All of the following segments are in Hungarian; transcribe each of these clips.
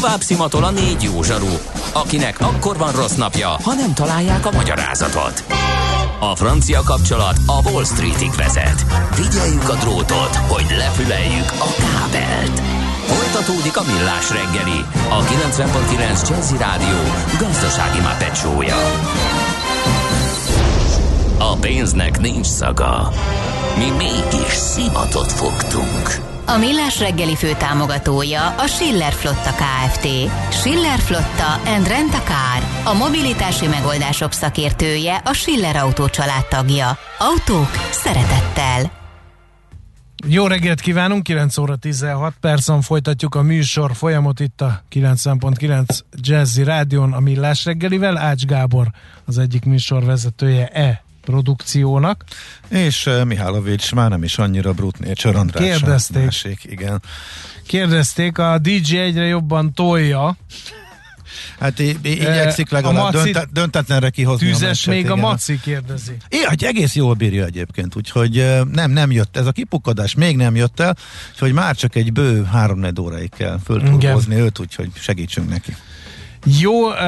Tovább szimatol a 4 jó zsaru, akinek akkor van rossz napja, ha nem találják a magyarázatot. A francia kapcsolat a Wall Streetig vezet. Figyeljük a drótot, hogy lefüleljük a kábelt. Folytatódik a Millás reggeli, a 90.9 Jazzy Rádió gazdasági mápecsója. A pénznek nincs szaga. Mi mégis szimatot fogtunk. A Millás reggeli főtámogatója a Schiller Flotta Kft. Schiller Flotta and Rent a Car. A mobilitási megoldások szakértője, a Schiller Autó családtagja. Autók szeretettel. Jó reggelt kívánunk, 9 óra 16 percen folytatjuk a műsor folyamot itt a 90.9 Jazzy Rádión a Millás reggelivel. Ács Gábor az egyik műsorvezetője produkciónak. És Mihálovics már nem is annyira Brut Nature András. Kérdezték. Másik, igen. Kérdezték, a DJ egyre jobban tolja. Hát igyekszik legalább döntetlenre kihozni tüzes a meccset. Még igen. a Maci kérdezi. Hát egész jól bírja egyébként, úgyhogy nem jött. Ez a kipukkadás még nem jött el, úgyhogy már csak egy bő 3-4 óráig kell fölturbozni őt, úgyhogy segítsünk neki. Jó,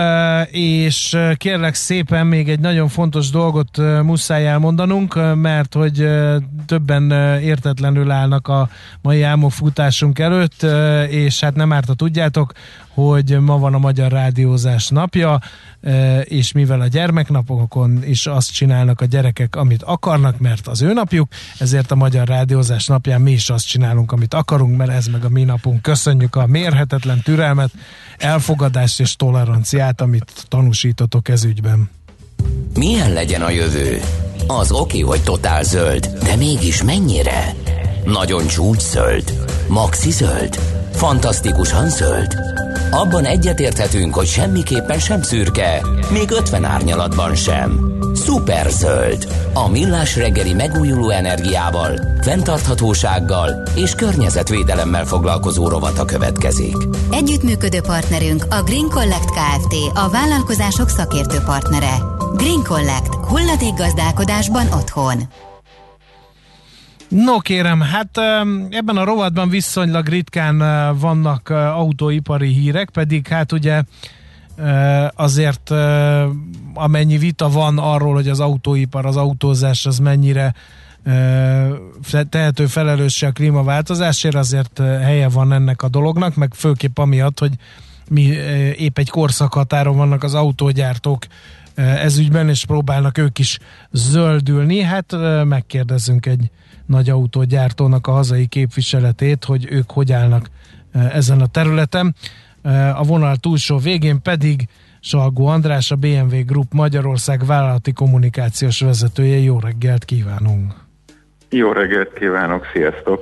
és kérlek szépen még egy nagyon fontos dolgot muszáj elmondanunk, mert hogy többen értetlenül állnak a mai álmokfutásunk előtt, és hát nem árt, ha tudjátok, hogy ma van a Magyar Rádiózás napja, és mivel a gyermeknapokon is azt csinálnak a gyerekek, amit akarnak, mert az ő napjuk, ezért a Magyar Rádiózás napján mi is azt csinálunk, amit akarunk, mert ez meg a mi napunk. Köszönjük a mérhetetlen türelmet, elfogadást és toleranciát, amit tanúsítotok ez ügyben. Milyen legyen a jövő? Az oké, hogy totál zöld, de mégis mennyire? Nagyon csúcs zöld? Maxi zöld? Fantasztikusan zöld? Abban egyetérthetünk, hogy semmiképpen sem szürke, még 50 árnyalatban sem. Szuper zöld. A Millás reggeli megújuló energiával, fenntarthatósággal és környezetvédelemmel foglalkozó rovata következik. Együttműködő partnerünk a Green Collect Kft. A vállalkozások szakértő partnere. Green Collect. Hulladékgazdálkodásban otthon. No kérem, hát ebben a rovatban viszonylag ritkán vannak autóipari hírek, pedig hát ugye azért amennyi vita van arról, hogy az autóipar, az autózás az mennyire tehető felelőssé a klímaváltozásért, azért helye van ennek a dolognak, meg főképp amiatt, hogy mi épp egy korszakhatáron vannak az autógyártók ezügyben, és próbálnak ők is zöldülni. Hát megkérdezzünk egy nagy autógyártónak a hazai képviseletét, hogy ők hogy állnak ezen a területen. A vonal túlsó végén pedig Salgó András, a BMW Group Magyarország vállalati kommunikációs vezetője. Jó reggelt kívánunk! Jó reggelt kívánok, sziasztok!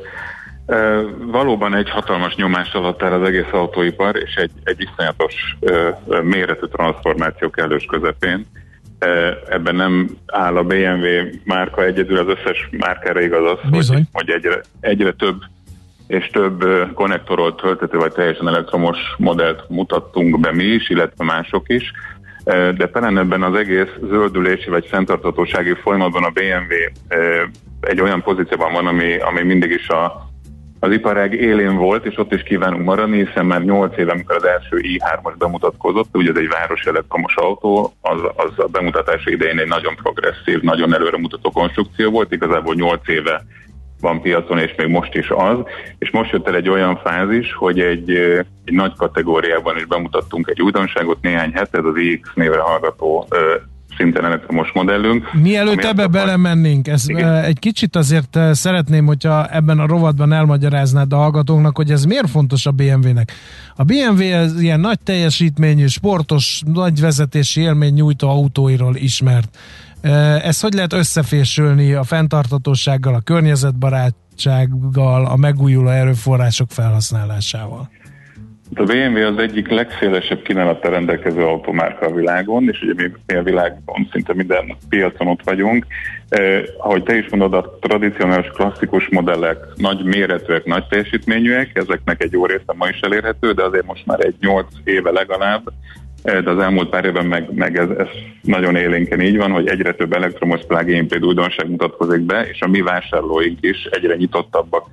Valóban egy hatalmas nyomás alatt áll az egész autóipar, és egy iszonyatos méretű transformáció kellős közepén. Ebben nem áll a BMW márka egyedül, az összes márkára igaz az, hogy egyre több és több konnektorolt töltető vagy teljesen elektromos modellt mutattunk be mi is, illetve mások is. De talán ebben az egész zöldülési vagy fenntarthatósági folyamatban a BMW egy olyan pozícióban van, ami mindig is az iparág élén volt, és ott is kívánunk maradni, hiszen már 8 éve, amikor az első i3-as bemutatkozott, ugye ez egy városi elektromos autó, az a bemutatása idején egy nagyon progresszív, nagyon előremutató konstrukció volt, igazából 8 éve van piacon, és még most is az, és most jött el egy olyan fázis, hogy egy nagy kategóriában is bemutattunk egy újdonságot néhány hete, ez az iX névre hallgató szintén elektromos modellünk. Mielőtt ebbe belemennénk, egy kicsit azért szeretném, hogyha ebben a rovatban elmagyaráznád a hallgatóknak, hogy ez miért fontos a BMW-nek. A BMW ez ilyen nagy teljesítményű, sportos, nagy vezetési élmény nyújtó autóiról ismert. Ezt hogy lehet összefésülni a fenntarthatósággal, a környezetbarátsággal, a megújuló erőforrások felhasználásával? A BMW az egyik legszélesebb kínálattal rendelkező automárka a világon, és ugye mi a világon szinte minden piacon ott vagyunk. Ahogy te is mondod, a tradicionális klasszikus modellek nagy méretűek, nagy teljesítményűek, ezeknek egy jó része ma is elérhető, de azért most már egy 8 éve legalább, de az elmúlt pár évben meg ez nagyon élénken így van, hogy egyre több elektromos plug-in hibrid újdonság mutatkozik be, és a mi vásárlóink is egyre nyitottabbak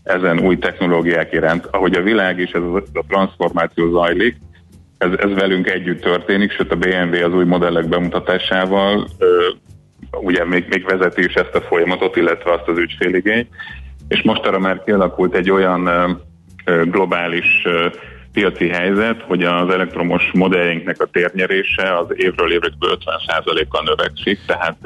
ezen új technológiák iránt. Ahogy a világ és ez a transformáció zajlik, ez velünk együtt történik, sőt a BMW az új modellek bemutatásával ugye még vezeti is ezt a folyamatot, illetve azt az ügyféligényt, és mostanra már kialakult egy olyan globális piaci helyzet, hogy az elektromos modelljeinknek a térnyerése az évről évre 50%-kal növekszik, tehát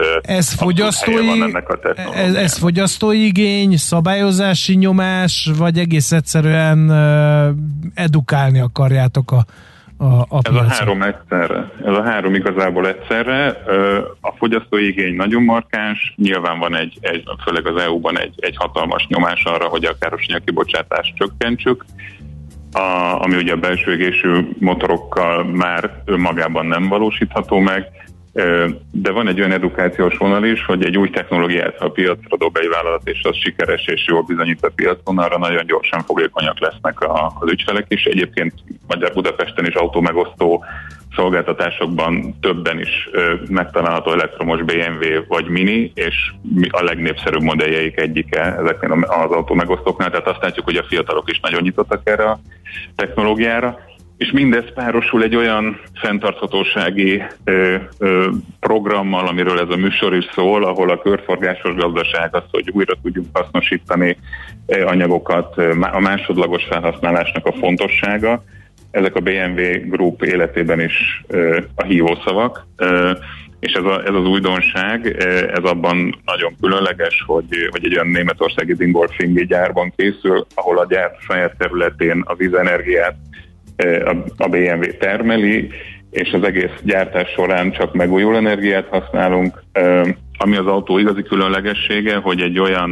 ez fogyasztói igény, szabályozási nyomás, vagy egész egyszerűen edukálni akarjátok a Ez a három egyszerre. Ez a három igazából egyszerre. A fogyasztói igény nagyon markáns, nyilván van főleg az EU-ban egy hatalmas nyomás arra, hogy a károsanyag kibocsátást csökkentsük, ami ugye a belső égésű motorokkal már önmagában nem valósítható meg, de van egy olyan edukációs vonal is, hogy egy új technológiát, ha a piacra dob egy vállalat, és az sikeres és jól bizonyít a piacon, arra nagyon gyorsan fogékonyak lesznek az ügyfelek is. Egyébként Budapesten is autómegosztó szolgáltatásokban többen is megtalálható elektromos BMW vagy Mini, és a legnépszerűbb modelljeik egyike ezeknél az autómegosztóknál, tehát azt látjuk, hogy a fiatalok is nagyon nyitottak erre a technológiára. És mindez párosul egy olyan fenntarthatósági programmal, amiről ez a műsor is szól, ahol a körforgásos gazdaság az, hogy újra tudjunk hasznosítani anyagokat, a másodlagos felhasználásnak a fontossága. Ezek a BMW Group életében is a hívószavak, és ez az újdonság, ez abban nagyon különleges, hogy egy olyan németországi Dingolfingi gyárban készül, ahol a gyár saját területén a vízenergiát a BMW termeli, és az egész gyártás során csak megújuló energiát használunk, ami az autó igazi különlegessége, hogy egy olyan,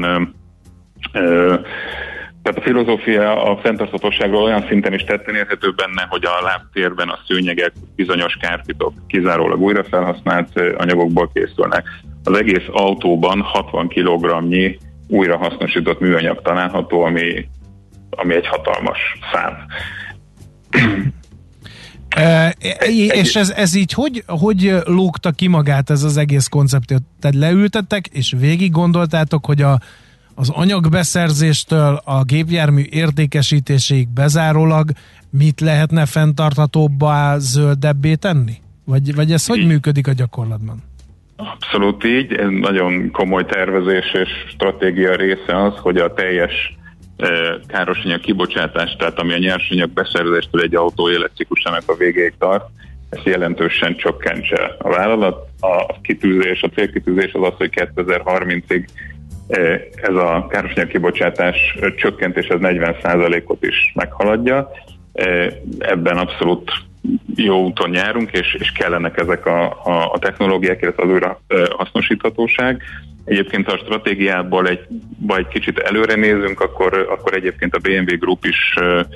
tehát a filozófia a fenntarthatóságról olyan szinten is tetten érhető benne, hogy a lábtérben a szőnyegek, bizonyos kárpitok kizárólag újra felhasznált anyagokból készülnek. Az egész autóban 60 kg-nyi újrahasznosított műanyag található, ami egy hatalmas szám. És ez így hogy lógta ki magát ez az egész koncepció? Tehát leültetek, és végig gondoltátok, hogy az anyagbeszerzéstől a gépjármű értékesítéséig bezárólag mit lehetne fenntarthatóbbá, zöldebbé tenni? Vagy ez hogy működik a gyakorlatban? Abszolút így. Ez nagyon komoly tervezés és stratégia része az, hogy a teljes károsanyag kibocsátás, tehát ami a nyersanyag beszerzéstől egy autó életciklusának a végéig tart, ezt jelentősen csökkentse a vállalat. A célkitűzés az az, hogy 2030-ig ez a károsanyag kibocsátás csökkentés az 40%-ot is meghaladja. Ebben abszolút jó úton járunk, és kellenek ezek a technológiák, illetve az újra hasznosíthatóság. Egyébként a stratégiából egy kicsit előre nézünk, akkor egyébként a BMW Group is,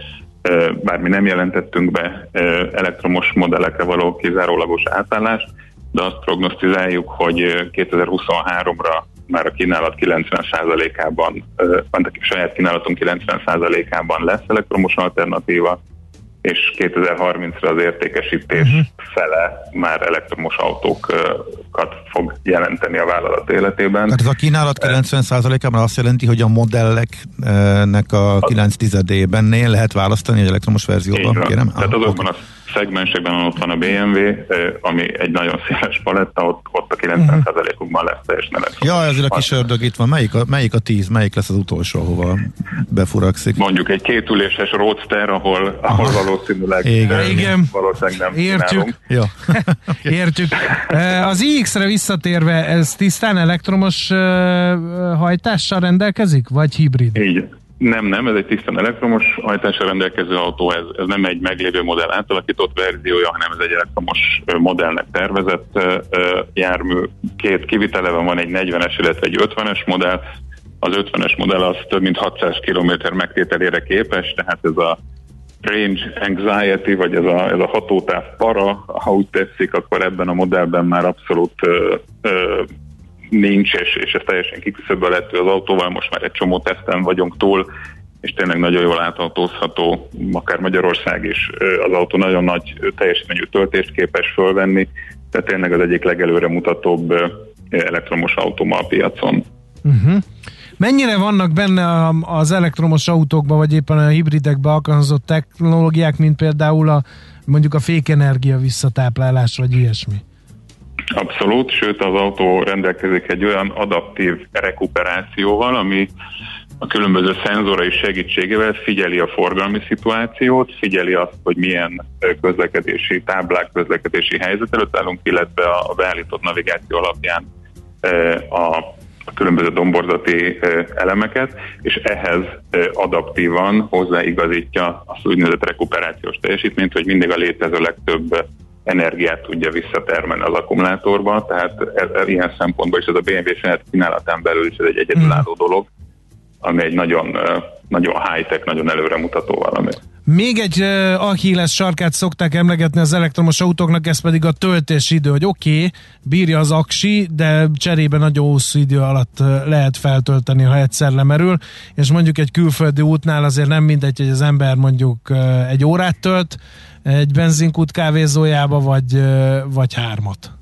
bár mi nem jelentettünk be elektromos modellekre való kizárólagos átállást, de azt prognosztizáljuk, hogy 2023-ra már a kínálat 90%-ában, a saját kínálatunk 90%-ában lesz elektromos alternatíva, és 2030-ra az értékesítés fele már elektromos autókat fog jelenteni a vállalat életében. Tehát ez a kínálat 90%-ában azt jelenti, hogy a modelleknek a 9/10-ében lehet választani egy elektromos verzióban, kérem? Tehát azokban a szegmensekben ott van a BMW, ami egy nagyon széles paletta, ott a 90%-ukban lesz teljesen elektromos. Ja, ezért a kis ördög itt van. Melyik a 10? Melyik lesz az utolsó, hova befurakszik? Mondjuk egy kétüléses Roadster, ahol valószínűleg nem értjük. Ja. Értjük. Az iX-re visszatérve, ez tisztán elektromos hajtással rendelkezik, vagy hibrid? Így. Nem, ez egy tisztán elektromos hajtással rendelkező autó, ez nem egy meglévő modell átalakított verziója, hanem ez egy elektromos modellnek tervezett jármű. Két kivitele van, egy 40-es, illetve egy 50-es modell. Az 50-es modell az több mint 600 km megtételére képes, tehát ez a range anxiety, vagy ez a hatótáv para, ha úgy tetszik, akkor ebben a modellben már abszolút nincs, és ez teljesen kiküszöbölhető az autóval, most már egy csomó teszten vagyunk túl, és tényleg nagyon jól átautózható, akár Magyarország is, az autó nagyon nagy teljesítményű töltést képes fölvenni, tehát tényleg az egyik legelőre mutatóbb elektromos autó a piacon. Mennyire vannak benne az elektromos autókban, vagy éppen a hibridekben alkalmazott technológiák, mint például mondjuk a fékenergia visszatáplálás, vagy ilyesmi? Abszolút, sőt az autó rendelkezik egy olyan adaptív rekuperációval, ami a különböző szenzorai segítségével figyeli a forgalmi szituációt, figyeli azt, hogy milyen közlekedési táblák, közlekedési helyzet előtt állunk, illetve a beállított navigáció alapján a különböző domborzati elemeket, és ehhez adaptívan hozzáigazítja az úgynevezett rekuperációs teljesítményt, hogy mindig a létező legtöbb energiát tudja visszatermelni az akkumulátorba, tehát ilyen szempontból is ez a BMW saját kínálatán belül is ez egy egyedülálló dolog, ami egy nagyon, nagyon high-tech, nagyon előremutató valami. Még egy Achilles sarkát szokták emlegetni az elektromos autóknak, ez pedig a töltési idő, hogy oké, bírja az aksi, de cserébe nagyon hosszú idő alatt lehet feltölteni, ha egyszer lemerül, és mondjuk egy külföldi útnál azért nem mindegy, hogy az ember mondjuk egy órát tölt egy benzinkút kávézójába, vagy 3-at.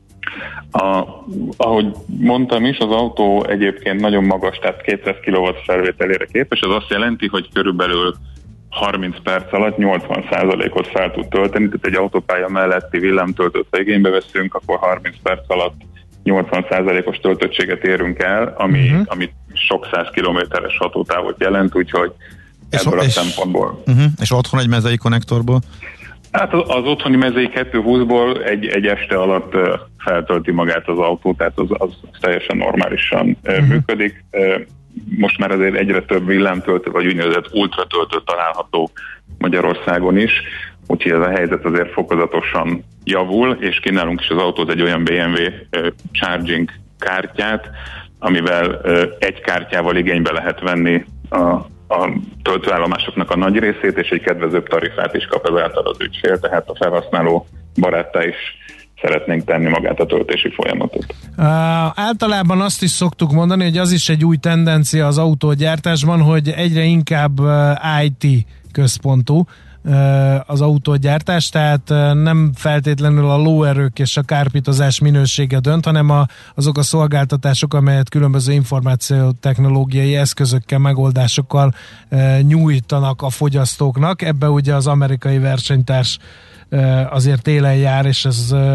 Ahogy mondtam is, az autó egyébként nagyon magas, tehát 200 kW felvételére képes, az azt jelenti, hogy körülbelül 30 perc alatt 80%-ot fel tud tölteni, tehát egy autópálya melletti villámtöltőt, ha igénybe veszünk, akkor 30 perc alatt 80%-os töltöttséget érünk el, ami sok 100 kilométeres hatótávot jelent, úgyhogy ebből a szempontból. És otthon egy mezei konnektorból? Hát az otthoni mezei 220-ból egy este alatt feltölti magát az autó, tehát az teljesen normálisan működik. Most már azért egyre több villámtöltő, vagy úgynevezett ultratöltő található Magyarországon is, úgyhogy ez a helyzet azért fokozatosan javul, és kínálunk is az autót egy olyan BMW charging kártyát, amivel egy kártyával igénybe lehet venni a töltőállomásoknak a nagy részét, és egy kedvezőbb tarifát is kap ezáltal az ügyfél, tehát a felhasználó baráttá is szeretnénk tenni magát a töltési folyamatot. Általában azt is szoktuk mondani, hogy az is egy új tendencia az autógyártásban, hogy egyre inkább IT központú az autógyártás, tehát nem feltétlenül a lóerők és a kárpitozás minősége dönt, hanem azok a szolgáltatások, amelyet különböző információtechnológiai eszközökkel, megoldásokkal nyújtanak a fogyasztóknak. Ebbe ugye az amerikai versenytárs azért élen jár, és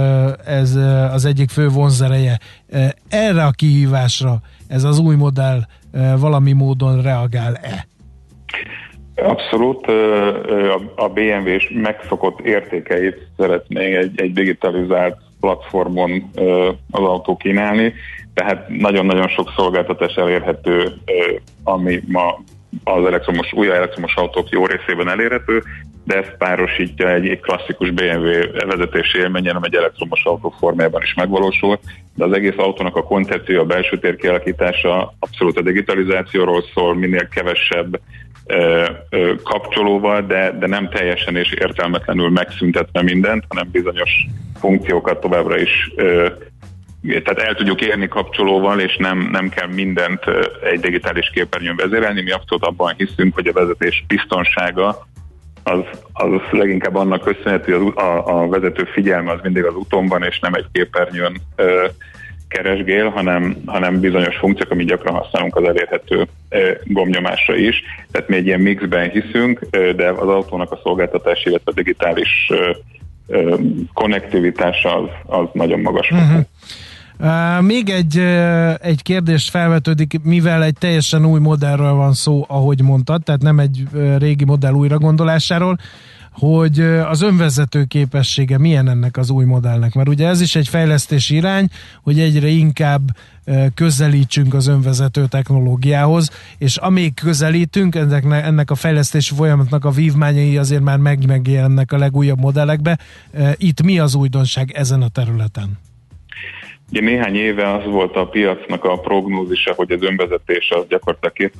ez az egyik fő vonzereje. Erre a kihívásra ez az új modell valami módon reagál-e? Abszolút, a BMW is megszokott értékeit szeretné egy digitalizált platformon az autó kínálni, tehát nagyon-nagyon sok szolgáltatás elérhető, ami ma az új elektromos autók jó részében elérhető, de ezt párosítja egy klasszikus BMW vezetési élményen, ami egy elektromos autó formájában is megvalósul, de az egész autónak a koncepció, a belső tér kialakítása abszolút a digitalizációról szól, minél kevesebb kapcsolóval, de nem teljesen és értelmetlenül megszüntetve mindent, hanem bizonyos funkciókat továbbra is tehát el tudjuk érni kapcsolóval, és nem kell mindent egy digitális képernyőn vezérelni. Mi abszolút abban hiszünk, hogy a vezetés biztonsága az leginkább annak köszönhető, hogy a vezető figyelme az mindig az úton van, és nem egy képernyőn keresgél, hanem bizonyos funkciók, amit gyakran használunk az elérhető gombnyomásra is. Tehát mi egy ilyen mixben hiszünk, de az autónak a szolgáltatás, illetve a digitális konnektivitása az nagyon magas. Még egy kérdés felvetődik, mivel egy teljesen új modellről van szó, ahogy mondtad, tehát nem egy régi modell újra gondolásáról, hogy az önvezető képessége milyen ennek az új modellnek, mert ugye ez is egy fejlesztési irány, hogy egyre inkább közelítsünk az önvezető technológiához, és amíg közelítünk, ennek a fejlesztési folyamatnak a vívmányai azért már megjelennek a legújabb modellekbe. Itt mi az újdonság ezen a területen? Ugye néhány éve az volt a piacnak a prognózisa, hogy az önvezetés az gyakorlatilag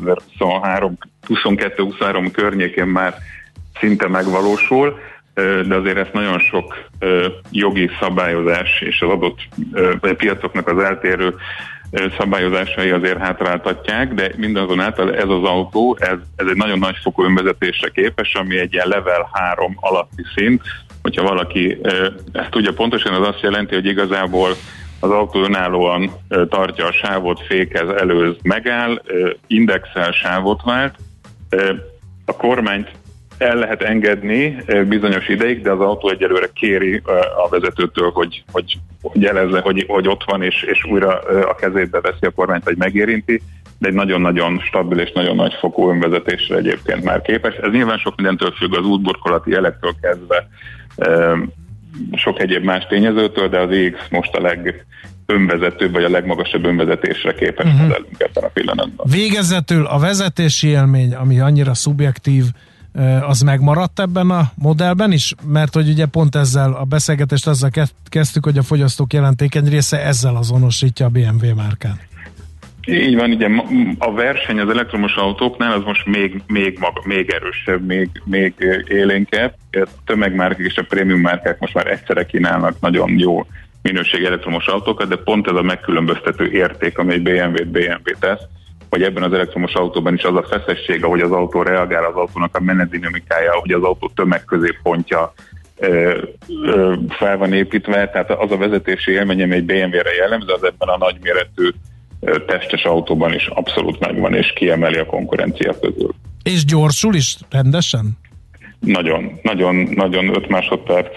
2022-23 környékén már szinte megvalósul, de azért ezt nagyon sok jogi szabályozás és az adott piacoknak az eltérő szabályozásai azért hátráltatják, de mindazonáltal ez az autó, ez egy nagyon nagy fokú önvezetésre képes, ami egy ilyen level 3 alatti szint. Hogyha valaki ezt tudja pontosan, az azt jelenti, hogy igazából az autó önállóan tartja a sávot, fékez, előz, megáll, indexel, sávot vált. A kormányt el lehet engedni bizonyos ideig, de az autó egyelőre kéri a vezetőtől, hogy jelezze, hogy ott van, és újra a kezébe veszi a kormányt, vagy megérinti, de egy nagyon-nagyon stabil és nagyon nagy fokú önvezetésre egyébként már képes. Ez nyilván sok mindentől függ, az útburkolati jelektől kezdve sok egyéb más tényezőtől, de az iX most a legönvezetőbb, vagy a legmagasabb önvezetésre képes modelünk ebben a pillanatban. Végezetül a vezetési élmény, ami annyira szubjektív, az megmaradt ebben a modellben is? Mert hogy ugye pont ezzel a beszélgetést azzal kezdtük, hogy a fogyasztók jelentékeny része ezzel azonosítja a BMW márkát. Így van, ugye a verseny az elektromos autóknál az most még erősebb, még élénkebb. A tömegmárkák és a prémium márkák most már egyszerre kínálnak nagyon jó minőségi elektromos autókat, de pont ez a megkülönböztető érték, ami egy BMW tesz, hogy ebben az elektromos autóban is az a feszesség, ahogy az autó reagál, az autónak a menetdinamikája, ahogy az autó tömegközéppontja fel van építve, tehát az a vezetési élmény, ami egy BMW-re jellemző, az ebben a nagyméretű testes autóban is abszolút megvan, és kiemeli a konkurencia közül. És gyorsul is rendesen? Nagyon 5 másodperc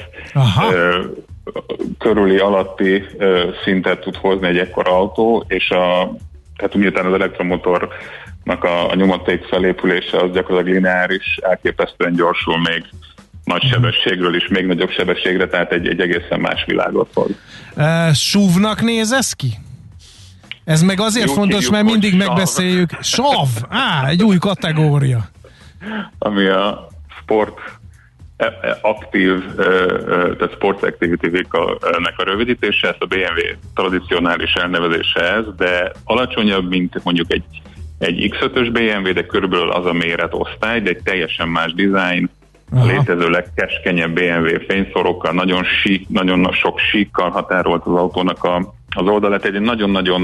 körüli alatti szintet tud hozni egy ekkora autó, és tehát miután az elektromotornak a nyomaték felépülése az gyakorlatilag lineáris, elképesztően gyorsul még nagy sebességről is, még nagyobb sebességre, tehát egy egészen más világot hoz. SUV-nak néz ez ki? Ez meg azért jó, fontos, mert mindig megbeszéljük. SAV! Egy új kategória. Ami a sport aktív, tehát Sports Activity Vehicle-nek a rövidítése, ezt a BMW tradicionális elnevezése ez, de alacsonyabb, mint mondjuk egy X5-ös BMW, de körülbelül az a méretosztály, de egy teljesen más dizájn, a létező legkeskenyebb BMW fényszorokkal, nagyon sok síkkal határolt az autónak az oldalát, egy nagyon-nagyon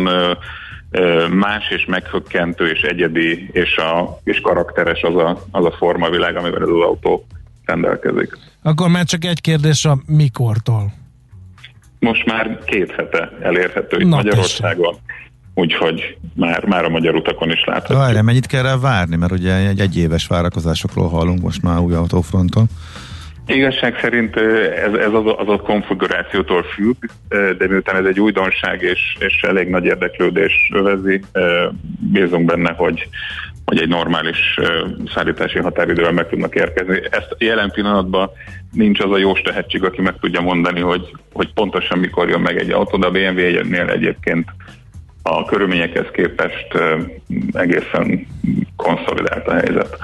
más és meghökkentő és egyedi és karakteres az a formavilág, amivel ez az autó rendelkezik. Akkor már csak egy kérdés a mikortól? Most már 2 hete elérhető itt Magyarországon, úgyhogy már a magyar utakon is látható. Várj, mennyit kell rá várni, mert ugye egy éves várakozásokról hallunk most már új autófronton. Igazság szerint ez az a konfigurációtól függ, de miután ez egy újdonság és elég nagy érdeklődés övezi, bízunk benne, hogy egy normális szállítási határidővel meg tudnak érkezni. Ezt jelen pillanatban nincs az a jós tehetség, aki meg tudja mondani, hogy pontosan mikor jön meg egy autó, de a BMW-nél egyébként a körülményekhez képest egészen konszolidált a helyzet.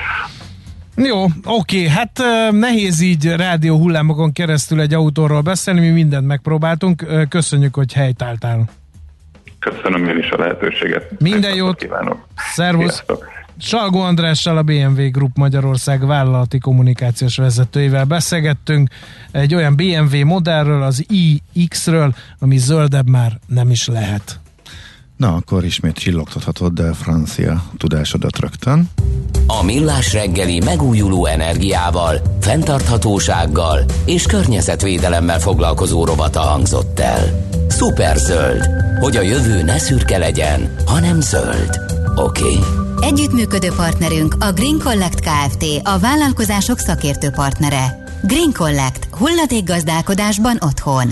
Jó, oké, hát nehéz így rádió hullámokon keresztül egy autóról beszélni, mi mindent megpróbáltunk. Köszönjük, hogy helytálltál. Köszönöm én is a lehetőséget. Minden jót. Kívánok. Szervusz. Salgó Andrással, a BMW Group Magyarország vállalati kommunikációs vezetőivel beszélgettünk egy olyan BMW modellről, az iX-ről, ami zöldebb már nem is lehet. Na, akkor ismét csillogtathatod, de francia tudásodat rögtön. A Millás reggeli megújuló energiával, fenntarthatósággal és környezetvédelemmel foglalkozó rovata hangzott el. Szuperzöld, hogy a jövő ne szürke legyen, hanem zöld. Oké. Együttműködő partnerünk a Green Collect Kft., a vállalkozások szakértő partnere. Green Collect. Hulladékgazdálkodásban otthon.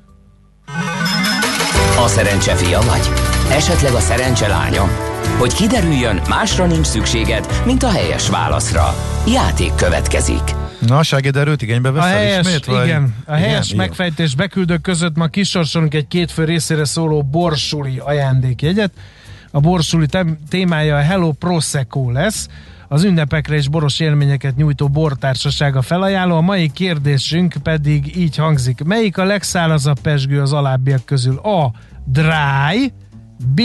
A szerencse fia vagy? Esetleg a szerencse lánya? Hogy kiderüljön, másra nincs szükséged, mint a helyes válaszra. Játék következik. Na, segéderőt igénybe veszel ismét? Igen, a helyes megfejtés beküldők között ma kisorsolunk egy 2 fő részére szóló borsuli ajándékjegyet. A borsuli témája a Hello Prosecco lesz. Az ünnepekre és boros élményeket nyújtó bortársasága felajánló. A mai kérdésünk pedig így hangzik. Melyik a legszárazabb pezsgő az alábbiak közül? A. Dry, B.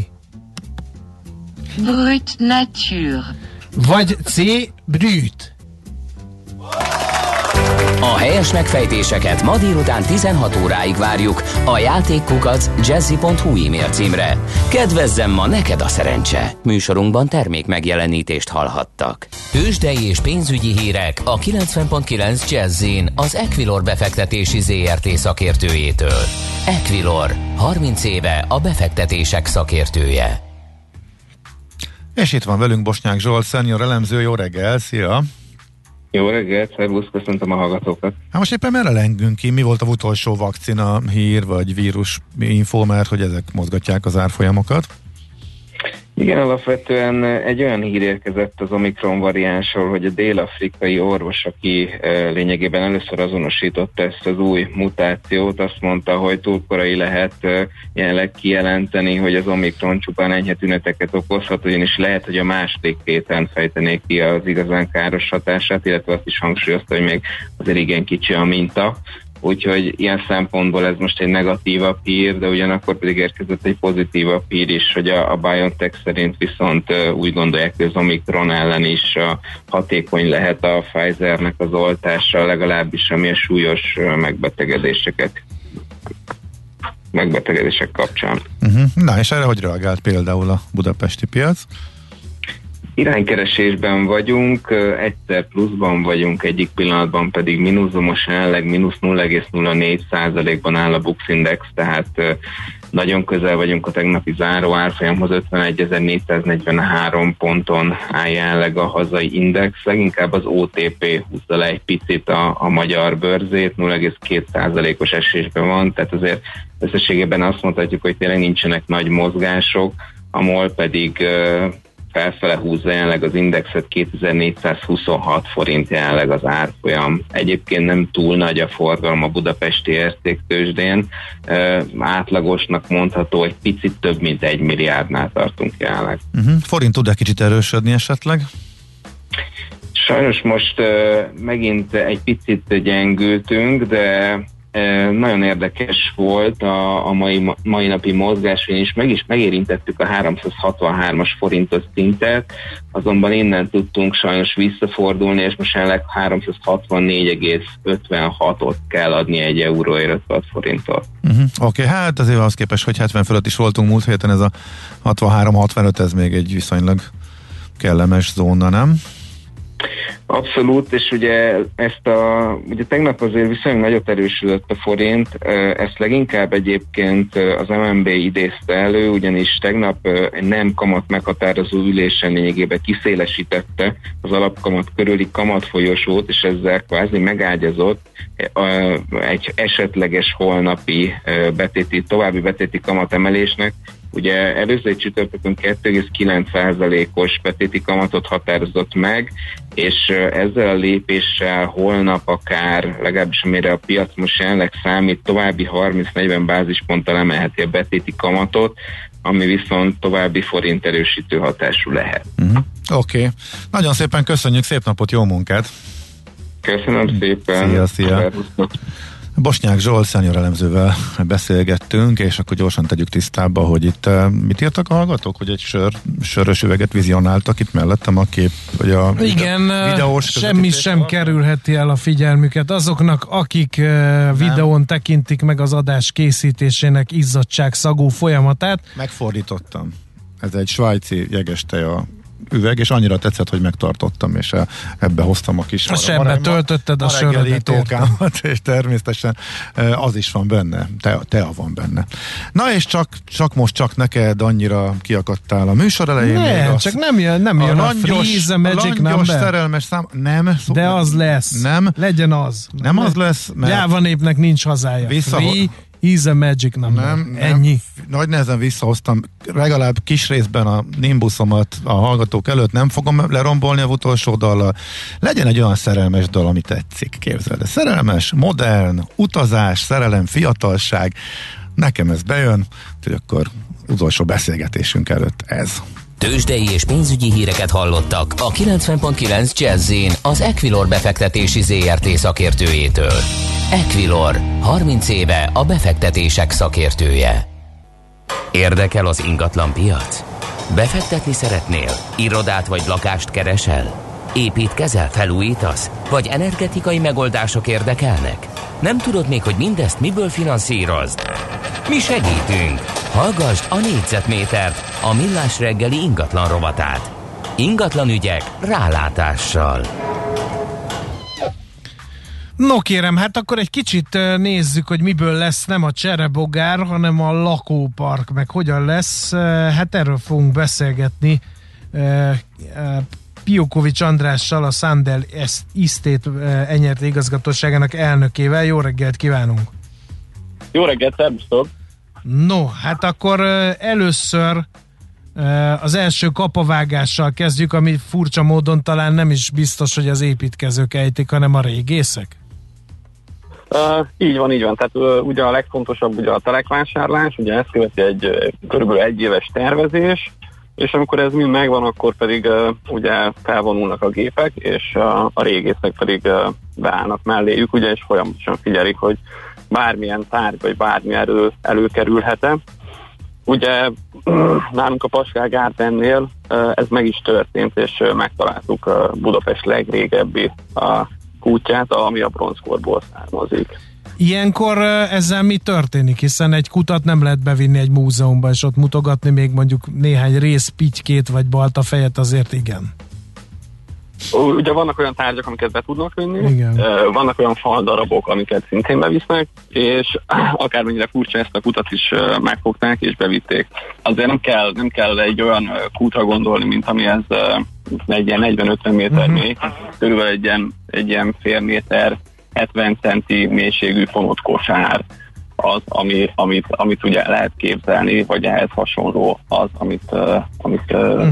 Brut nature. Vagy C. Brut. A helyes megfejtéseket ma délután 16 óráig várjuk a játékkukac@jazzy.hu e-mail címre. Kedvezzem ma neked a szerencse! Műsorunkban termék megjelenítést hallhattak. Tőzsdei és pénzügyi hírek a 90.9 Jazzyn az Equilor befektetési ZRT szakértőjétől. Equilor, 30 éve a befektetések szakértője. És itt van velünk Bosnyák Zsolt, senior elemző. Jó reggel, szia! Jó reggelt, szervusz, köszöntöm a hallgatókat. Hát most éppen merre lengünk ki? Mi volt a utolsó vakcina hír, vagy vírus info, mert hogy ezek mozgatják az árfolyamokat? Igen, alapvetően egy olyan hír érkezett az Omikron variánsról, hogy a dél-afrikai orvos, aki lényegében először azonosította ezt az új mutációt, azt mondta, hogy túl korai lehet jelenleg kijelenteni, hogy az Omikron csupán enyhe tüneteket okozhat, ugyanis lehet, hogy a második héten fejtenék ki az igazán káros hatását, illetve azt is hangsúlyozta, hogy még azért igen kicsi a minta. Úgyhogy ilyen szempontból ez most egy negatívabb hír, de ugyanakkor pedig érkezett egy pozitívabb hír is, hogy a BioNTech szerint viszont úgy gondolják, hogy az Omikron ellen is hatékony lehet a Pfizernek az oltása, legalábbis ami a súlyos megbetegedések kapcsán. Na, és erre hogy reagált például a budapesti piac? Iránykeresésben vagyunk, egyszer pluszban vagyunk, egyik pillanatban pedig mínuszomos, jelenleg mínusz 0,04%-ban áll a Bux Index, tehát nagyon közel vagyunk a tegnapi záró árfolyamhoz, 51.443 ponton áll jelenleg a hazai index, leginkább az OTP húzza le egy picit a magyar bőrzét, 0,2%-os esésben van, tehát azért összességében azt mondhatjuk, hogy tényleg nincsenek nagy mozgások, a MOL pedig felfele húzza jelenleg az indexet, 2426 forint jelenleg az árfolyam. Egyébként nem túl nagy a forgalom a budapesti értéktőzsdén, átlagosnak mondható, egy picit több mint 1 milliárdnál tartunk jelenleg. Forint tud-e kicsit erősödni esetleg? Sajnos most megint egy picit gyengültünk, de nagyon érdekes volt a mai napi mozgás, és megérintettük a 363-as forintos szintet, azonban innen tudtunk sajnos visszafordulni, és most jelenleg 364,56-ot kell adni egy euróért 56 forintot. Oké, hát azért ahhoz képest, hogy 70 fölött is voltunk múlt héten, ez a 63-65, ez még egy viszonylag kellemes zóna, nem? Abszolút, és ugye ugye tegnap azért viszonylag nagyot erősödött a forint, ezt leginkább egyébként az MNB idézte elő, ugyanis tegnap egy nem kamat meghatározó ülésen lényegében kiszélesítette az alapkamat körüli kamatfolyosót, és ezzel kvázi megágyazott egy esetleges holnapi további betéti kamatemelésnek. Ugye előző csütörtökön 2,9%-os betéti kamatot határozott meg, és ezzel a lépéssel holnap akár, legalábbis amire a piac most jelenleg számít, további 30-40 bázisponttal emelheti a betéti kamatot, ami viszont további forint erősítő hatású lehet. Oké. Nagyon szépen köszönjük, szép napot, jó munkát! Köszönöm szépen! Szia! Bosnyák Zsolt senior elemzővel beszélgettünk, és akkor gyorsan tegyük tisztába, hogy itt mit írtak a hallgatók, hogy egy sörös üveget vizionáltak itt mellettem a kép, vagy a videós semmi sem kerülheti el a figyelmüket azoknak, akik videón tekintik meg az adás készítésének izzadságszagú folyamatát. Megfordítottam. Ez egy svájci jegesteja üveg, és annyira tetszett, hogy megtartottam, és ebbe hoztam a kis sebbe töltötted a sörödet, és természetesen az is van benne, tea van benne. Na és csak neked annyira kiakadtál a műsor elején. Csak nem jön a Freeze, a Magic Number. Szerelmes szám, nem. De az lesz. Nem. Legyen az. Nem az lesz, mert Jáva népnek nincs hazája. Free is a Magic Number. Ennyi. Nagy nehezen visszahoztam legalább kis részben a Nimbuszomat a hallgatók előtt, nem fogom lerombolni a utolsó dallal. Legyen egy olyan szerelmes dal, ami tetszik, képzeld. De szerelmes, modern, utazás, szerelem, fiatalság. Nekem ez bejön, úgyhogy akkor utolsó beszélgetésünk előtt ez. Tőzsdei és pénzügyi híreket hallottak a 90.9 Jazzyn az Equilor befektetési ZRT szakértőjétől. Equilor, 30 éve a befektetések szakértője. Érdekel az ingatlan piac? Befektetni szeretnél? Irodát vagy lakást keresel? Építkezel, felújítasz? Vagy energetikai megoldások érdekelnek? Nem tudod még, hogy mindezt miből finanszírozd? Mi segítünk! Hallgasd a Négyzetmétert, a Millás reggeli ingatlan rovatát. Ingatlan ügyek rálátással. No kérem, hát akkor egy kicsit nézzük, hogy miből lesz nem a cserebogár, hanem a lakópark, meg hogyan lesz. Hát erről fogunk beszélgetni Piukovics Andrással, a Sandel Estate Enyerté igazgatóságának elnökével. Jó reggelt kívánunk! Jó reggelt, szervusztok! No, hát akkor először az első kapavágással kezdjük, ami furcsa módon talán nem is biztos, hogy az építkezők ejtik, hanem a régészek? Így van. Tehát ugye a legfontosabb ugye a telekvásárlás, ugye ezt követi egy körülbelül 1 éves tervezés, és amikor ez mind megvan, akkor pedig ugye felvonulnak a gépek, és a régészek pedig beállnak melléjük, ugye, és folyamatosan figyelik, hogy bármilyen tárgy, vagy bármi előkerülhet-e. Ugye nálunk a Pascal Gardennél ez meg is történt, és megtaláltuk Budapest legrégebbi kútját, ami a bronzkorból származik. Ilyenkor ezzel mi történik? Hiszen egy kutat nem lehet bevinni egy múzeumba, és ott mutogatni még mondjuk néhány részpitykét vagy baltafejet, azért igen. Ugye vannak olyan tárgyak, amiket be tudnak vinni, igen. Vannak olyan faldarabok, amiket szintén bevisznek, és akármennyire furcsa, ezt a kutat is megfogták és bevitték. Azért nem kell egy olyan kútra gondolni, mint ami ez egy ilyen 40-50 méter mély, körülbelül egy ilyen fél méter, 70 centi mélységű fonott kosár az, amit ugye lehet képzelni, vagy ehhez hasonló az, amit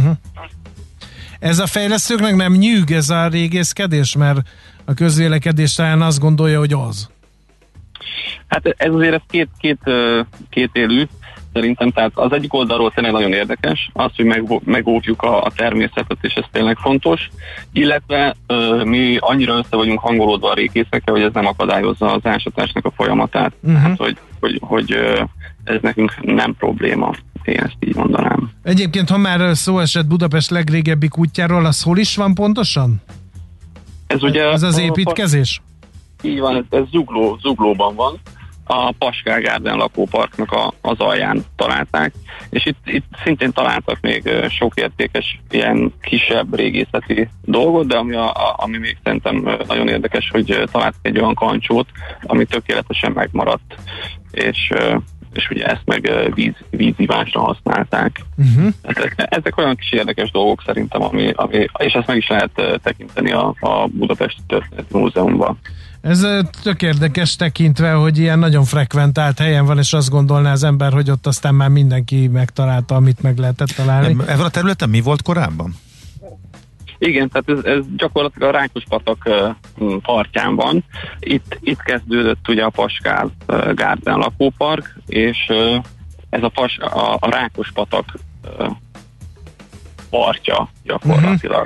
Ez a fejlesztőknek nem nyűg ez a régészkedés, mert a közvélekedés talán azt gondolja, hogy az. Hát ez azért két élő szerintem, tehát az egyik oldalról tényleg nagyon érdekes, az, hogy megóvjuk a természetet, és ez tényleg fontos, illetve mi annyira össze vagyunk hangolódva a régészekkel, hogy ez nem akadályozza az ásatásnak a folyamatát. Tehát, hogy ez nekünk nem probléma. Én ezt így mondanám. Egyébként, ha már szó esett Budapest legrégebbi kútjáról, az hol is van pontosan? Ez ugye ez az építkezés? Így van, ez Zuglóban van. A Pascal Garden lakóparknak az alján találták, és itt szintén találtak még sok értékes ilyen kisebb régészeti dolgot, de ami még szerintem nagyon érdekes, hogy találtak egy olyan kancsót, ami tökéletesen megmaradt, és ugye ezt meg vízivásra használták. Ezek olyan kis érdekes dolgok szerintem, és ezt meg is lehet tekinteni a Budapesti Történeti Múzeumban. Ez tök érdekes tekintve, hogy ilyen nagyon frekventált helyen van, és azt gondolná az ember, hogy ott aztán már mindenki megtalálta, amit meg lehetett találni. Ezen a területen mi volt korábban? Igen, tehát ez gyakorlatilag a Rákospatak partján van. Itt kezdődött ugye a Pascal Garden lakópark, és ez a Rákospatak partja gyakorlatilag.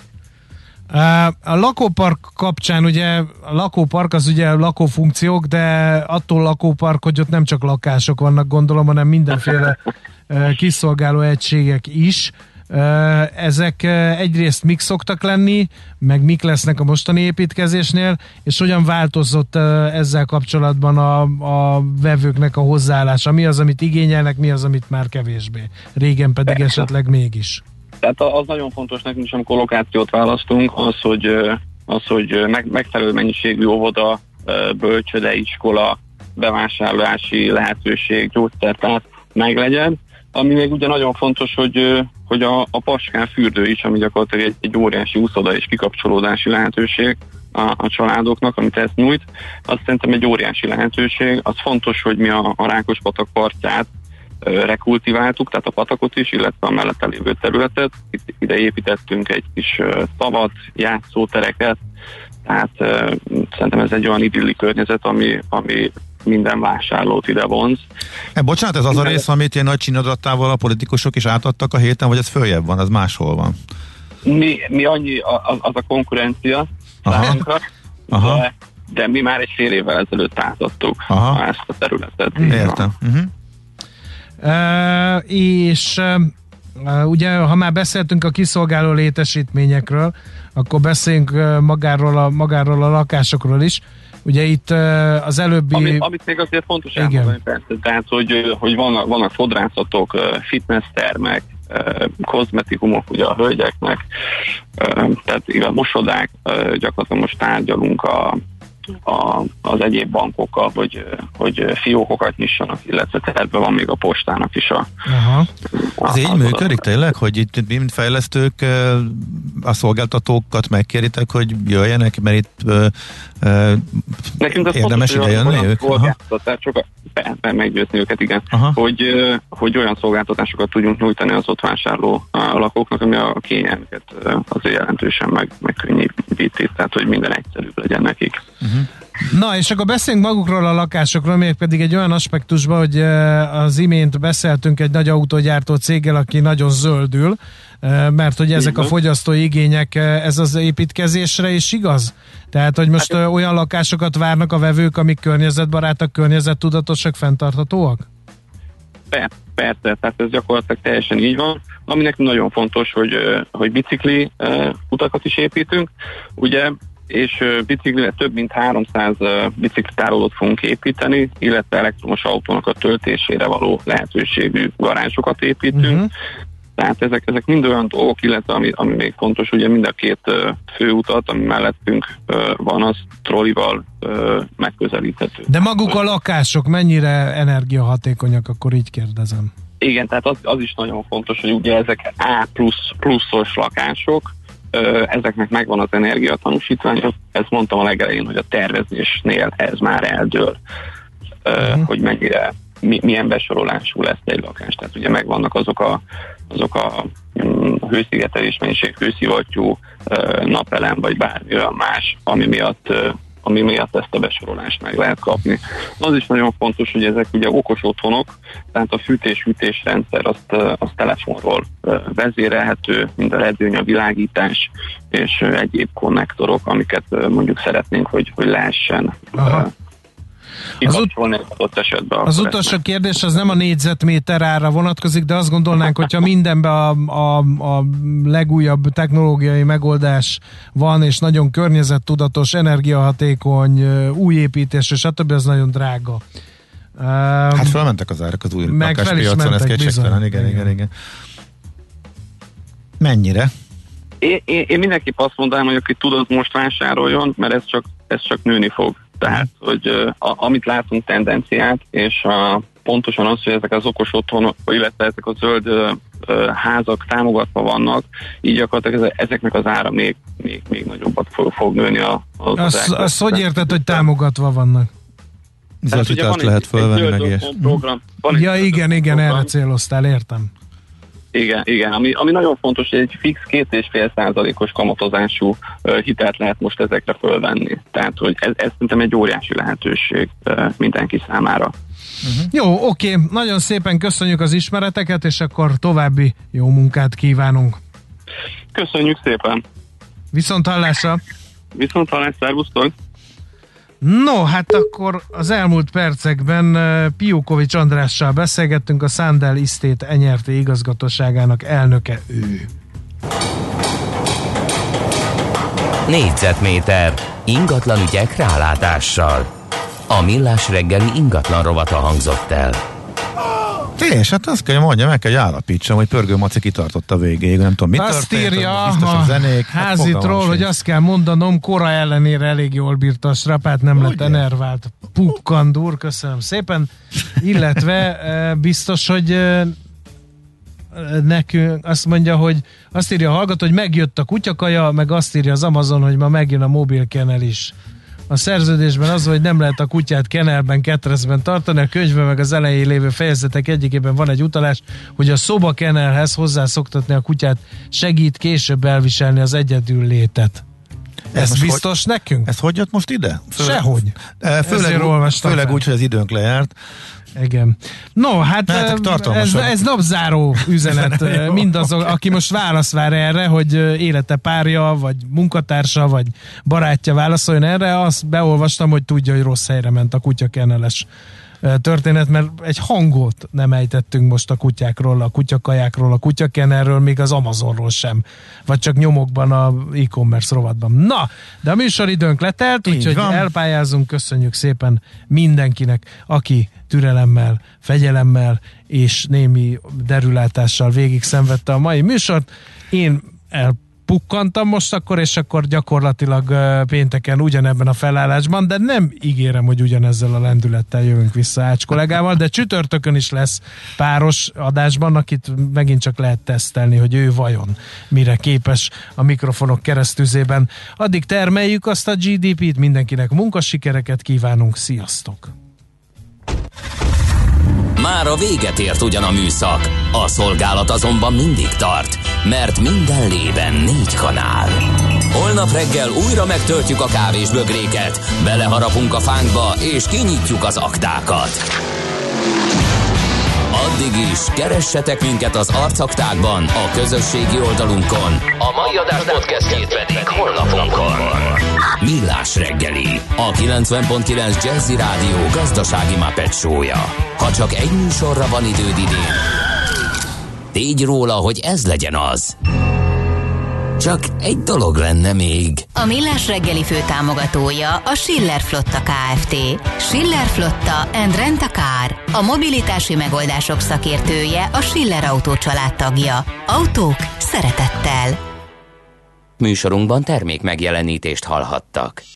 A lakópark kapcsán ugye a lakópark az ugye lakófunkciók, de attól lakópark, hogy ott nem csak lakások vannak, gondolom, hanem mindenféle kiszolgáló egységek is. Ezek egyrészt mik szoktak lenni, meg mik lesznek a mostani építkezésnél, és hogyan változott ezzel kapcsolatban a vevőknek a hozzáállása? Mi az, amit igényelnek, mi az, amit már kevésbé? Régen pedig esetleg mégis. Tehát az nagyon fontos nekünk is, amikor lokációt választunk, az, hogy megfelelő mennyiségű óvoda, bölcsőde, iskola, bevásárlási lehetőség, gyógyszertár meglegyen. Ami még ugye nagyon fontos, hogy a Pascal fürdő is, ami gyakorlatilag egy óriási úszoda és kikapcsolódási lehetőség a családoknak, amit ezt nyújt, az szerintem egy óriási lehetőség. Az fontos, hogy mi a Rákospatak partját rekultiváltuk, tehát a patakot is, illetve a mellette lévő területet. Ide építettünk egy kis tavat, játszótereket, tehát szerintem ez egy olyan idilli környezet, ami minden vásárlót ide vonz. Bocsánat, ez az a rész, amit ilyen nagy csinadatával a politikusok is átadtak a héten, vagy ez följebb van, ez máshol van? Mi annyi, az a konkurencia számunkra, de mi már egy fél évvel ezelőtt átadtuk ezt a területet. Értem. És Ugye, ha már beszéltünk a kiszolgáló létesítményekről, akkor beszéljünk magáról a lakásokról is. Ugye itt az előbbi... Amit még azért fontos elmondani, persze, tehát, hogy vannak fodrászatok, fitnesstermek, kozmetikumok ugye a hölgyeknek, tehát igaz, mosodák, gyakorlatilag most tárgyalunk az egyéb bankokkal, hogy fiókokat nyissanak, illetve terve van még a postának is Ez így működik tényleg, hogy itt mint fejlesztők a szolgáltatókat megkéritek, hogy jöjjenek, mert itt nekünk érdemes ide jönni ők? Meggyőzni őket, igen, hogy olyan szolgáltatásokat tudjunk nyújtani az ott vásárló lakóknak, ami a kényelmüket azért jelentősen megkönnyíti, tehát hogy minden egyszerűbb legyen nekik. Na, és akkor beszéljünk magukról a lakásokról, még pedig egy olyan aspektusban, hogy az imént beszéltünk egy nagy autógyártó céggel, aki nagyon zöldül, mert hogy ezek a fogyasztói igények, ez az építkezésre is igaz? Tehát, hogy most olyan lakásokat várnak a vevők, amik környezetbarátak, környezettudatosak, fenntarthatóak? Persze, tehát ez gyakorlatilag teljesen így van. Ami nekünk nagyon fontos, hogy bicikli utakat is építünk, ugye, és biciklire több mint 300 biciklitárolót fogunk építeni, illetve elektromos autónak a töltésére való lehetőségű garázsokat építünk. Tehát ezek mind olyan dolgok, illetve ami még fontos, ugye mind a két főutat, ami mellettünk van, az trollival megközelíthető. De maguk a lakások mennyire energiahatékonyak, akkor így kérdezem. Igen, tehát az is nagyon fontos, hogy ugye ezek A pluszos lakások, ezeknek megvan az energiatanúsítvány, ezt mondtam a legelején, hogy a tervezésnél ez már eldől, hogy mennyire, milyen besorolású lesz egy lakás. Tehát ugye megvannak azok a hőszigetelés mennyiség, hőszivattyú, napelem vagy bármi olyan más, ami miatt ezt a besorolást meg lehet kapni. Az is nagyon fontos, hogy ezek ugye okos otthonok, tehát a fűtés-hűtés rendszer az telefonról vezérelhető, mint a redőny, a világítás és egyéb konnektorok, amiket mondjuk szeretnénk, hogy lehessen kikapcsolni adott esetben. Az utolsó kérdés az nem a négyzetméter ára vonatkozik, de azt gondolnánk, hogyha mindenben a legújabb technológiai megoldás van, és nagyon környezettudatos, energiahatékony, új építés, és stb. Az nagyon drága. Hát felmentek az árak az új lakáspiacon, ez kétségtelen. Igen. Mennyire? Én mindenképp azt mondanám, hogy aki tud, az most vásároljon, mert ez csak nőni fog. Tehát, hogy amit látunk tendenciát, és pontosan az, hogy ezek az okos otthonok, illetve ezek a zöld házak támogatva vannak, így gyakorlatilag ezeknek az ára még nagyobbat fog nőni Azt hogy érted, hogy támogatva vannak? Zöld hitelt lehet fölvenni meg ilyes. Ja, igen, erre céloztál, értem. Igen, ami nagyon fontos, hogy egy fix 2,5%-os kamatozású hitelt lehet most ezekre fölvenni. Tehát, hogy ez szerintem egy óriási lehetőség mindenki számára. Jó, oké. Nagyon szépen köszönjük az ismereteket, és akkor további jó munkát kívánunk. Köszönjük szépen! Viszonthallásra! Szervusztok! No, hát akkor az elmúlt percekben Piukovics Andrással beszélgettünk, a Sandel Estate Enyerté igazgatóságának elnöke ő. Négyzetméter ingatlan ügyek rálátással. A Millás reggeli ingatlan rovata hangzott el. És hát azt kell mondjam, meg kell, hogy állapítsam, hogy Pörgő Maci kitartott a végéig, nem tudom, mit azt történt, írja a zenék, házitról, hogy azt kell mondanom, kora ellenére elég jól bírta a strapát, nem lett enervált. Pukkandúr, köszönöm szépen. Illetve biztos, hogy nekünk azt mondja, hogy azt írja a hallgató, hogy megjött a kutyakaja, meg azt írja az Amazon, hogy ma megjön a mobilkennel is. A szerződésben az, hogy nem lehet a kutyát kennelben, ketrezben tartani, a könyvben meg az elején lévő fejezetek egyikében van egy utalás, hogy a szobakennelhez hozzászoktatni a kutyát segít később elviselni az egyedül létet. Ez biztos nekünk? Ez hogy jött most ide? Sehogy. Főleg úgy, hogy az időnk lejárt. Igen. No, hát ez napzáró üzenet. Mindazok, aki most válasz vár erre, hogy élete párja, vagy munkatársa, vagy barátja válaszoljon erre, azt beolvastam, hogy tudja, hogy rossz helyre ment a kutyakenneles történet, mert egy hangot nem ejtettünk most a kutyákról, a kutyakajákról, a kutyakenerről, még az Amazonról sem. Vagy csak nyomokban a e-commerce rovatban. Na, de a műsoridőnk letelt, úgyhogy elpályázunk, köszönjük szépen mindenkinek, aki türelemmel, fegyelemmel és némi derülátással végig szenvedte a mai műsort. Én elpukkantam most akkor, és akkor gyakorlatilag pénteken ugyanebben a felállásban, de nem ígérem, hogy ugyanezzel a lendülettel jövünk vissza Ács kollégával, de csütörtökön is lesz páros adásban, akit megint csak lehet tesztelni, hogy ő vajon mire képes a mikrofonok keresztüzében. Addig termeljük azt a GDP-t, mindenkinek munkasikereket kívánunk, sziasztok! Már a véget ért ugyan a műszak, a szolgálat azonban mindig tart, mert minden lében 4 kanál. Holnap reggel újra megtöltjük a kávésbögréket, beleharapunk a fánkba és kinyitjuk az aktákat. Addig is keressetek minket az arcaktákban, a közösségi oldalunkon. A mai adás podcastjét pedig honlapunkon. Millás reggeli, a 90.9 Jazzy Rádió gazdasági Muppet show-ja. Ha csak egy műsorra van időd idén, tégy róla, hogy ez legyen az. Csak egy dolog lenne még. A Millás reggeli főtámogatója a Schiller Flotta Kft. Schiller Flotta and Rent a Car. A mobilitási megoldások szakértője, a Schiller Autó családtagja. Autók szeretettel. Műsorunkban termék megjelenítést hallhattak.